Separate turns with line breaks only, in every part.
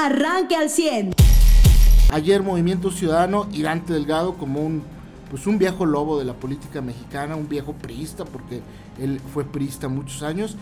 arranque al 100.
Ayer Movimiento Ciudadano y Dante Delgado, como un viejo lobo de la política mexicana, un viejo priista, porque él fue priista muchos años,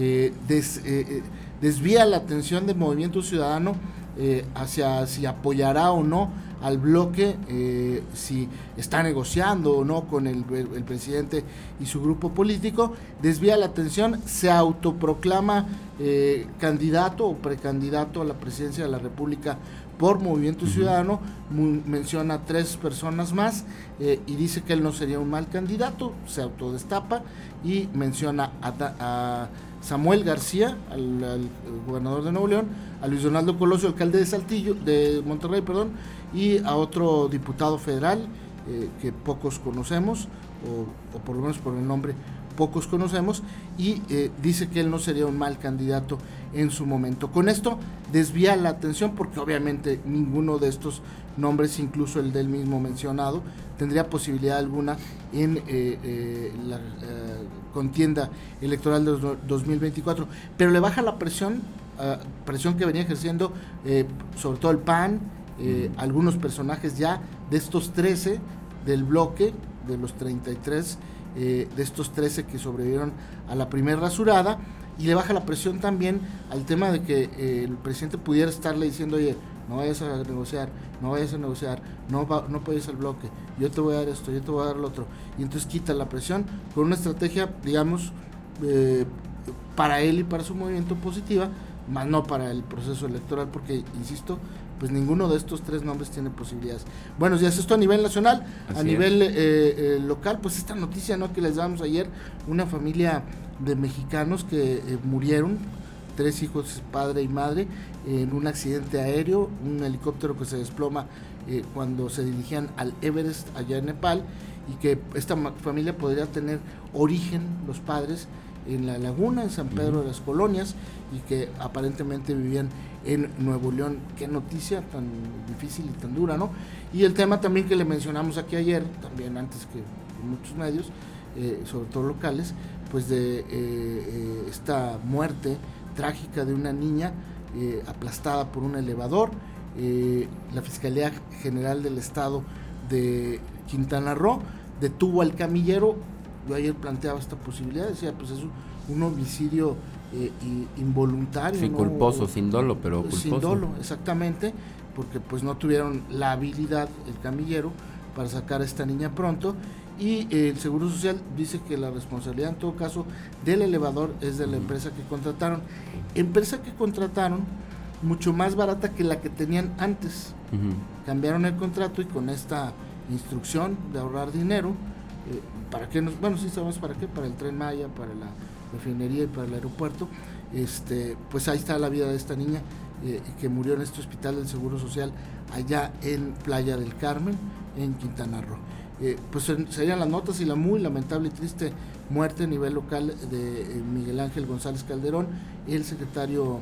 desvía la atención del Movimiento Ciudadano hacia si apoyará o no al bloque, si está negociando o no con el presidente y su grupo político. Desvía la atención, se autoproclama candidato o precandidato a la presidencia de la República por Movimiento Ciudadano, menciona 3 personas más y dice que él no sería un mal candidato, se autodestapa y menciona a Samuel García, al gobernador de Nuevo León, a Luis Donaldo Colosio, alcalde de Monterrey, y a otro diputado federal que pocos conocemos, o por lo menos por el nombre pocos conocemos, y dice que él no sería un mal candidato en su momento. Con esto desvía la atención porque obviamente ninguno de estos nombres, incluso el del mismo mencionado, tendría posibilidad alguna en la contienda electoral de 2024, pero le baja la presión que venía ejerciendo sobre todo el PAN, algunos personajes ya de estos 13 del bloque, de los 33, de estos 13 que sobrevivieron a la primera rasurada, y le baja la presión también al tema de que el presidente pudiera estarle diciendo: oye, no vayas a negociar, no puedes al bloque, yo te voy a dar esto, yo te voy a dar lo otro, y entonces quita la presión con una estrategia, digamos, para él y para su movimiento positiva, más no para el proceso electoral, porque, insisto, pues ninguno de estos 3 nombres tiene posibilidades. Buenos días, esto a nivel nacional. Así a nivel local, pues esta noticia, ¿no?, que les damos ayer, una familia de mexicanos que murieron, 3 hijos, padre y madre, en un accidente aéreo, un helicóptero que se desploma cuando se dirigían al Everest allá en Nepal, y que esta familia podría tener origen, los padres, en La Laguna, en San Pedro de las Colonias, y que aparentemente vivían en Nuevo León. Qué noticia tan difícil y tan dura, ¿no? Y el tema también que le mencionamos aquí ayer, también antes que en muchos medios, sobre todo locales, pues de esta muerte trágica de una niña aplastada por un elevador. La Fiscalía General del Estado de Quintana Roo detuvo al camillero. Yo ayer planteaba esta posibilidad, decía, pues es un homicidio involuntario.
Sí, ¿no? Culposo, sin dolo, pero culposo.
Sin dolo, exactamente, porque pues no tuvieron la habilidad, el camillero, para sacar a esta niña pronto, y el Seguro Social dice que la responsabilidad en todo caso del elevador es de la empresa que contrataron, mucho más barata que la que tenían antes. Cambiaron el contrato, y con esta instrucción de ahorrar dinero, ¿para qué sí sabemos para qué? Para el Tren Maya, para la refinería y para el aeropuerto. Pues ahí está la vida de esta niña que murió en este hospital del Seguro Social allá en Playa del Carmen, en Quintana Roo. Pues serían las notas, y la muy lamentable y triste muerte a nivel local de Miguel Ángel González Calderón, el secretario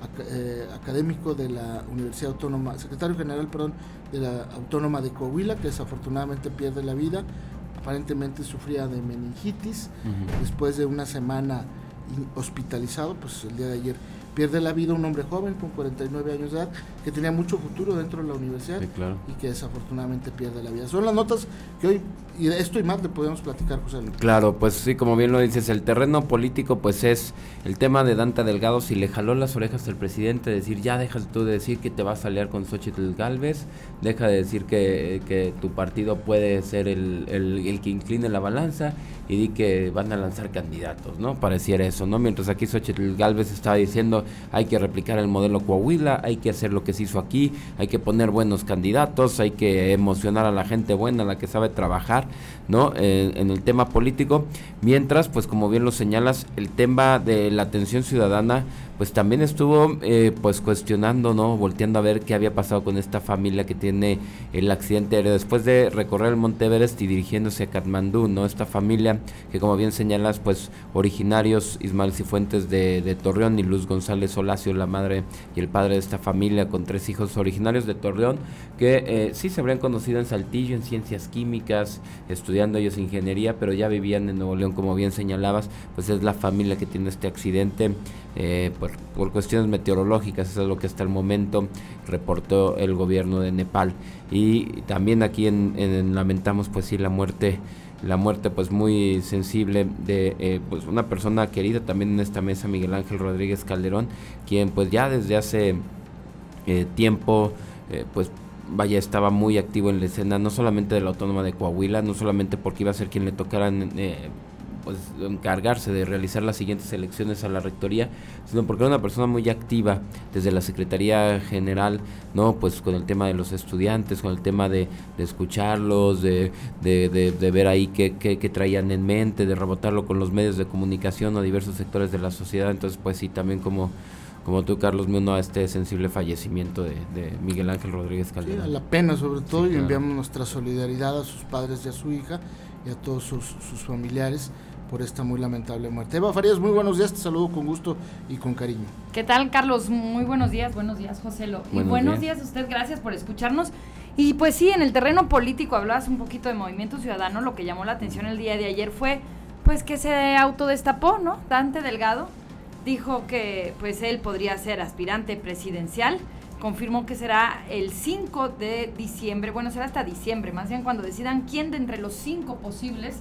académico de la Universidad Autónoma, secretario general, de la Autónoma de Coahuila, que desafortunadamente pierde la vida. Aparentemente sufría de meningitis, después de una semana hospitalizado, pues el día de ayer pierde la vida un hombre joven con 49 años de edad, que tenía mucho futuro dentro de la universidad, sí, claro, y que desafortunadamente pierde la vida. Son las notas que hoy, y de esto y más, le podemos platicar, José Luis.
Claro, pues sí, como bien lo dices, el terreno político pues es el tema de Dante Delgado. Si le jaló las orejas al presidente, decir, ya dejas tú de decir que te vas a aliar con Xóchitl Gálvez, deja de decir que tu partido puede ser el que incline la balanza, y di que van a lanzar candidatos, ¿no? Pareciera eso, ¿no? Mientras aquí Xóchitl Gálvez estaba diciendo, hay que replicar el modelo Coahuila, hay que hacer lo que se hizo aquí, hay que poner buenos candidatos, hay que emocionar a la gente buena, la que sabe trabajar, ¿no? En el tema político. Mientras, pues como bien lo señalas, el tema de la atención ciudadana, pues también estuvo pues cuestionando, ¿no? Volteando a ver qué había pasado con esta familia que tiene el accidente aéreo después de recorrer el Monte Everest y dirigiéndose a Katmandú, ¿no? Esta familia que, como bien señalas, pues originarios, Ismael Cifuentes de Torreón y Luz González Olacio, la madre y el padre de esta familia, con 3 hijos originarios de Torreón, que sí se habrían conocido en Saltillo, en ciencias químicas, estudiando ellos ingeniería, pero ya vivían en Nuevo León, como bien señalabas. Pues es la familia que tiene este accidente, por cuestiones meteorológicas. Eso es lo que hasta el momento reportó el gobierno de Nepal. Y también aquí lamentamos pues sí la muerte pues muy sensible de pues una persona querida también en esta mesa, Miguel Ángel Rodríguez Calderón, quien pues ya desde hace tiempo pues vaya, estaba muy activo en la escena, no solamente de la Autónoma de Coahuila, no solamente porque iba a ser quien le tocaran pues encargarse de realizar las siguientes elecciones a la rectoría, sino porque era una persona muy activa desde la Secretaría General, no, pues con el tema de los estudiantes, con el tema de escucharlos, de ver ahí qué traían en mente, de rebotarlo con los medios de comunicación o diversos sectores de la sociedad. Entonces pues sí, también como tú, Carlos, me uno a este sensible fallecimiento de Miguel Ángel Rodríguez Calderón.
Sí, a la pena sobre todo,
sí,
y
claro.
enviamos nuestra solidaridad a sus padres y a su hija y a todos sus familiares por esta muy lamentable muerte. Eva Farías, muy buenos días, te saludo con gusto y con cariño.
¿Qué tal, Carlos? Muy buenos días, Joselo. Y buenos días a usted, gracias por escucharnos. Y pues sí, en el terreno político hablabas un poquito de Movimiento Ciudadano. Lo que llamó la atención el día de ayer fue pues que se autodestapó, ¿no? Dante Delgado dijo que pues él podría ser aspirante presidencial, confirmó que será el 5 de diciembre, bueno, será hasta diciembre, más bien cuando decidan quién de entre los 5 posibles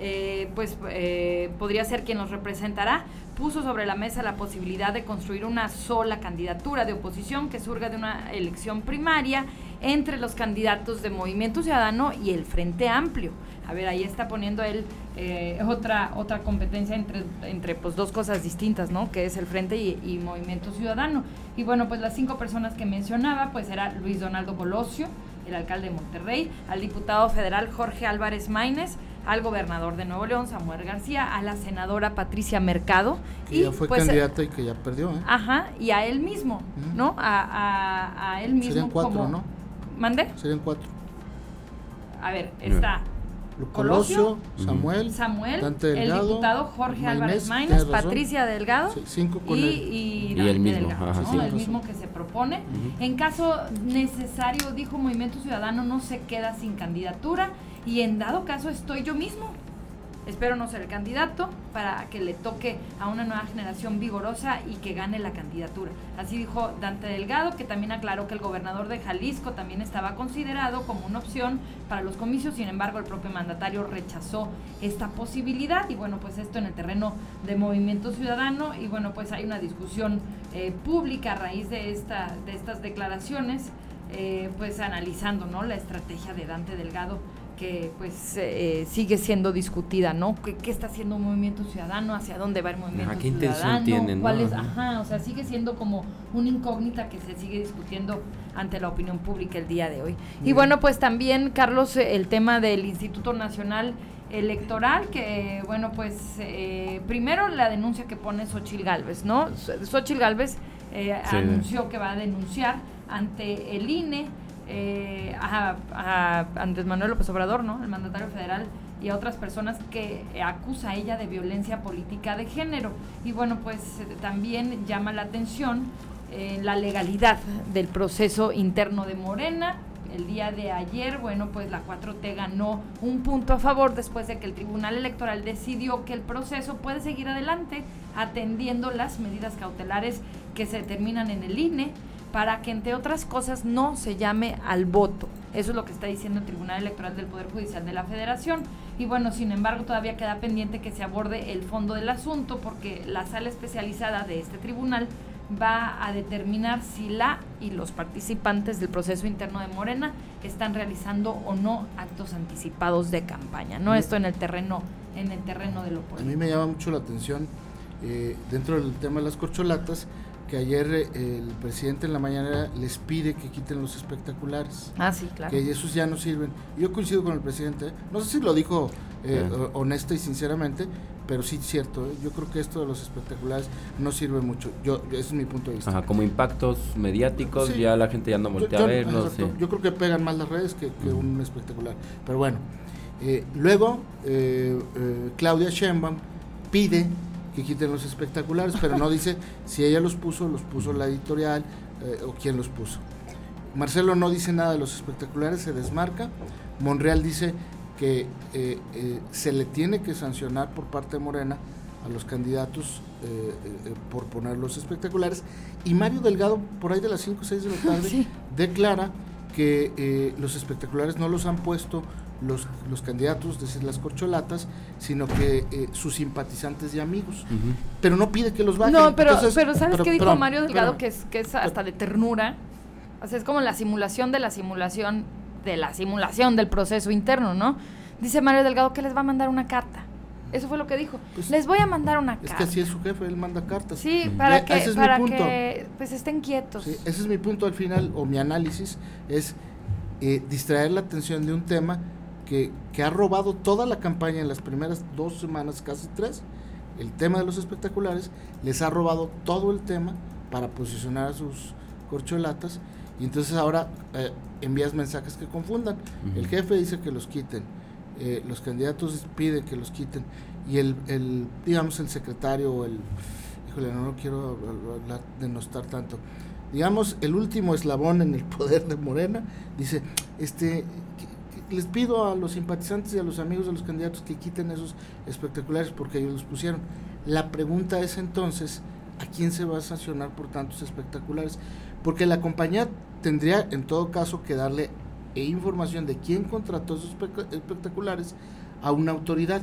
podría ser quien los representará. Puso sobre la mesa la posibilidad de construir una sola candidatura de oposición que surja de una elección primaria entre los candidatos de Movimiento Ciudadano y el Frente Amplio. A ver, ahí está poniendo él otra competencia entre pues dos cosas distintas, ¿no? Que es el Frente y Movimiento Ciudadano. Y bueno, pues las 5 personas que mencionaba, pues era Luis Donaldo Colosio, el alcalde de Monterrey, al diputado federal Jorge Álvarez Maínez, al gobernador de Nuevo León, Samuel García, a la senadora Patricia Mercado.
Que ya fue pues, candidata y que ya perdió, ¿eh?
Ajá, y a él mismo, ¿no? A él mismo.
Serían 4,
como,
¿no?
¿Mande?
Serían 4.
A ver, está
Colosio, Samuel,
Dante Delgado, el diputado Jorge Álvarez Maínez, Patricia Delgado,
sí, 5 con
y
el mismo,
Delgado,
ajá,
¿no?
sí,
el mismo que se propone. En caso necesario, dijo Movimiento Ciudadano, no se queda sin candidatura, y en dado caso estoy yo mismo. Espero no ser el candidato para que le toque a una nueva generación vigorosa y que gane la candidatura. Así dijo Dante Delgado, que también aclaró que el gobernador de Jalisco también estaba considerado como una opción para los comicios. Sin embargo, el propio mandatario rechazó esta posibilidad. Y bueno, pues esto en el terreno de Movimiento Ciudadano. Y bueno, pues hay una discusión pública a raíz de estas declaraciones, pues analizando, ¿no?, la estrategia de Dante Delgado, que pues sigue siendo discutida, ¿no? ¿Qué está haciendo un Movimiento Ciudadano? ¿Hacia dónde va el Movimiento
¿qué
Ciudadano?
intención tiene, no?
¿Cuál es? Ajá, o sea, sigue siendo como una incógnita que se sigue discutiendo ante la opinión pública el día de hoy. Y bueno, pues también, Carlos, el tema del Instituto Nacional Electoral, que bueno, pues primero la denuncia que pone Xóchitl Gálvez, ¿no? Xóchitl Gálvez anunció que va a denunciar ante el INE a Andrés Manuel López Obrador, ¿no?, el mandatario federal, y a otras personas que acusa a ella de violencia política de género. Y bueno, pues también llama la atención la legalidad del proceso interno de Morena. El día de ayer, bueno, pues la 4T ganó un punto a favor después de que el Tribunal Electoral decidió que el proceso puede seguir adelante atendiendo las medidas cautelares que se determinan en el INE, para que, entre otras cosas, no se llame al voto. Eso es lo que está diciendo el Tribunal Electoral del Poder Judicial de la Federación. Y bueno, sin embargo, todavía queda pendiente que se aborde el fondo del asunto, porque la sala especializada de este tribunal va a determinar si la y los participantes del proceso interno de Morena están realizando o no actos anticipados de campaña, ¿no? Esto en el terreno de lo político.
A mí me llama mucho la atención, dentro del tema de las corcholatas, que ayer el presidente en la mañana les pide que quiten los espectaculares.
Ah, sí, claro.
Que esos ya no sirven. Yo coincido con el presidente, no sé si lo dijo honesta y sinceramente, pero sí es cierto, yo creo que esto de los espectaculares no sirve mucho. Ese es mi punto de vista.
Ajá, como impactos mediáticos,
sí,
ya la gente ya no voltea a verlos. Sí.
Yo creo que pegan más las redes que un espectacular. Pero bueno, luego Claudia Sheinbaum pide que quiten los espectaculares, pero no dice si ella los puso la editorial o quién los puso. Marcelo no dice nada de los espectaculares, se desmarca. Monreal dice que se le tiene que sancionar por parte de Morena a los candidatos por poner los espectaculares, y Mario Delgado por ahí de las 5 o 6 de la tarde
sí.
declara que los espectaculares no los han puesto los candidatos, es decir, las corcholatas, sino que sus simpatizantes y amigos, pero no pide que los bajen.
No, pero ¿sabes qué dijo Mario Delgado?
Pero,
que es hasta de ternura. O sea, es como la simulación de la simulación de la simulación del proceso interno, ¿no? Dice Mario Delgado que les va a mandar una carta. Eso fue lo que dijo. Pues, les voy a mandar una carta.
Es que así es su jefe, él manda cartas.
Sí, para que pues estén quietos.
Sí, ese es mi punto al final, o mi análisis, es distraer la atención de un tema que ha robado toda la campaña en las primeras 2 semanas, casi 3, el tema de los espectaculares, les ha robado todo el tema para posicionar a sus corcholatas, y entonces ahora envías mensajes que confundan. El jefe dice que los quiten, los candidatos piden que los quiten, y el digamos el secretario o híjole, no quiero denostar tanto, digamos el último eslabón en el poder de Morena, dice les pido a los simpatizantes y a los amigos de los candidatos que quiten esos espectaculares porque ellos los pusieron. La pregunta es entonces, ¿a quién se va a sancionar por tantos espectaculares? Porque la compañía tendría en todo caso que darle información de quién contrató esos espectaculares a una autoridad.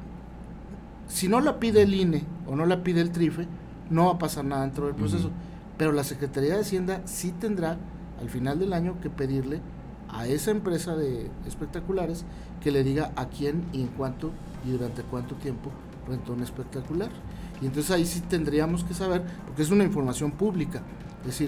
Si no la pide el INE o no la pide el TRIFE, no va a pasar nada dentro del proceso, pero la Secretaría de Hacienda sí tendrá al final del año que pedirle a esa empresa de espectaculares que le diga a quién y en cuánto y durante cuánto tiempo rentó un espectacular. Y entonces ahí sí tendríamos que saber, porque es una información pública, es decir,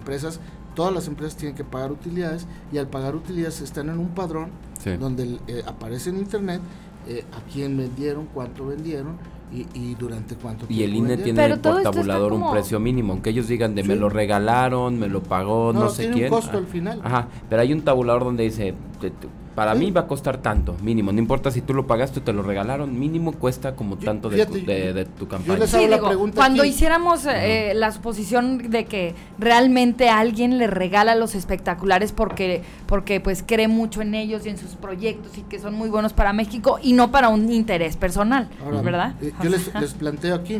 todas las empresas tienen que pagar utilidades, y al pagar utilidades están en un padrón donde aparece en internet a quién vendieron, cuánto vendieron y durante cuánto tiempo.
Y el INE tiene por tabulador un precio mínimo, aunque ellos digan de me lo regalaron, me lo pagó, no sé quién.
Tiene un costo al final.
Ajá, pero hay un tabulador donde dice, para mí va a costar tanto, mínimo, no importa si tú lo pagaste o te lo regalaron, mínimo cuesta como tanto de tu campaña.
Yo les hago la pregunta
cuando
aquí.
Hiciéramos la suposición de que realmente alguien le regala los espectaculares porque pues cree mucho en ellos y en sus proyectos y que son muy buenos para México y no para un interés personal. Ahora, ¿verdad?
Yo les planteo aquí,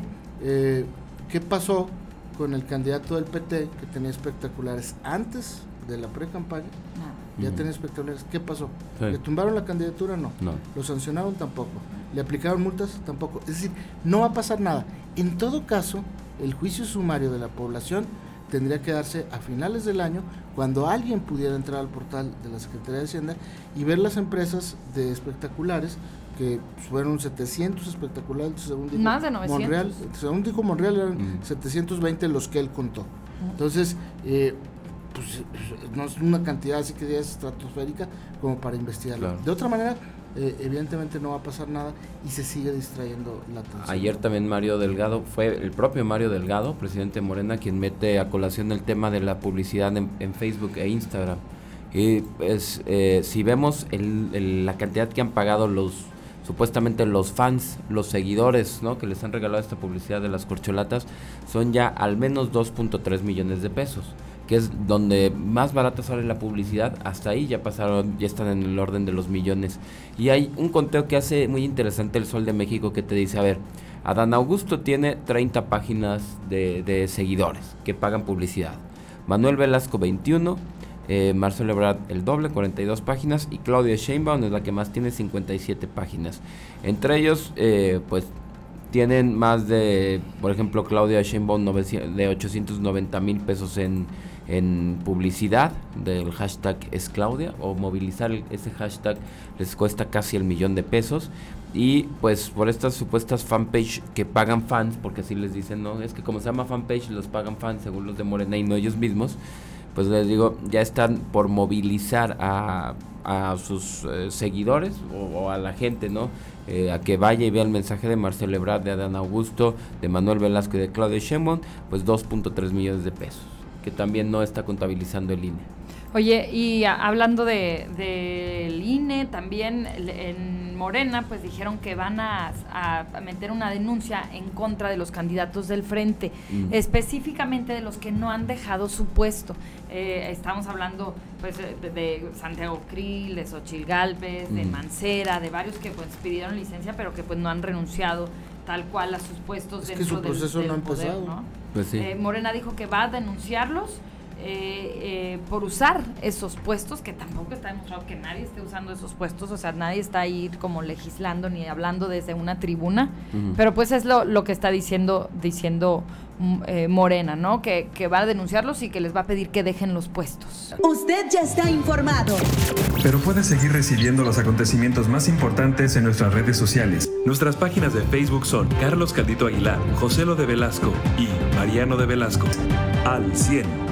¿qué pasó con el candidato del PT que tenía espectaculares antes de la pre-campaña? Ya tenía espectaculares. ¿Qué pasó?
Sí.
¿Le tumbaron la candidatura? No. ¿Lo sancionaron? Tampoco. ¿Le aplicaron multas? Tampoco. Es decir, no va a pasar nada. En todo caso, el juicio sumario de la población tendría que darse a finales del año, cuando alguien pudiera entrar al portal de la Secretaría de Hacienda y ver las empresas de espectaculares, que fueron 700 espectaculares, según dijo
más de 900.
Monreal, según dijo Monreal, eran 720 los que él contó. Entonces, pues no es una cantidad así que ya es estratosférica como para investigarlo. Claro. De otra manera, evidentemente no va a pasar nada y se sigue distrayendo la atención.
Ayer también Mario Delgado, fue el propio Mario Delgado, presidente de Morena, quien mete a colación el tema de la publicidad en Facebook e Instagram. Y pues, si vemos la cantidad que han pagado supuestamente los fans, los seguidores, ¿no?, que les han regalado esta publicidad de las corcholatas, son ya al menos 2.3 millones de pesos, que es donde más barata sale la publicidad. Hasta ahí ya están en el orden de los millones. Y hay un conteo que hace muy interesante el Sol de México, que te dice, a ver, Adán Augusto tiene 30 páginas de seguidores que pagan publicidad, Manuel Velasco 21, Marcelo Ebrard el doble, 42 páginas, y Claudia Sheinbaum es la que más tiene, 57 páginas. Entre ellos, pues tienen más de, por ejemplo, Claudia Sheinbaum de 890,000 pesos en publicidad del hashtag es Claudia, o movilizar ese hashtag les cuesta casi el $1,000,000 de pesos. Y pues por estas supuestas fanpage que pagan fans, porque así les dicen, no, es que como se llama fanpage los pagan fans según los de Morena y no ellos mismos, pues les digo, ya están por movilizar a sus seguidores o a la gente, ¿no? A que vaya y vea el mensaje de Marcelo Ebrard, de Adán Augusto, de Manuel Velasco y de Claudia Sheinbaum, pues 2.3 millones de pesos, que también no está contabilizando el INE.
Oye, y hablando del INE, también en Morena, pues dijeron que van a meter una denuncia en contra de los candidatos del Frente, específicamente de los que no han dejado su puesto. Estamos hablando pues de Santiago Krill, de Xochitl Gálvez, de Mancera, de varios que pues pidieron licencia, pero que pues no han renunciado tal cual a sus puestos dentro
su proceso
del
no ha
poder,
empezado.
¿no?
Pues sí.
Morena dijo que va a denunciarlos por usar esos puestos, que tampoco está demostrado que nadie esté usando esos puestos, o sea, nadie está ahí como legislando ni hablando desde una tribuna, pero pues es lo que está diciendo Morena, ¿no? Que va a denunciarlos y que les va a pedir que dejen los puestos.
Usted ya está informado.
Pero puede seguir recibiendo los acontecimientos más importantes en nuestras redes sociales. Nuestras páginas de Facebook son Carlos Caldito Aguilar, José Lo de Velasco y Mariano de Velasco. Al 100.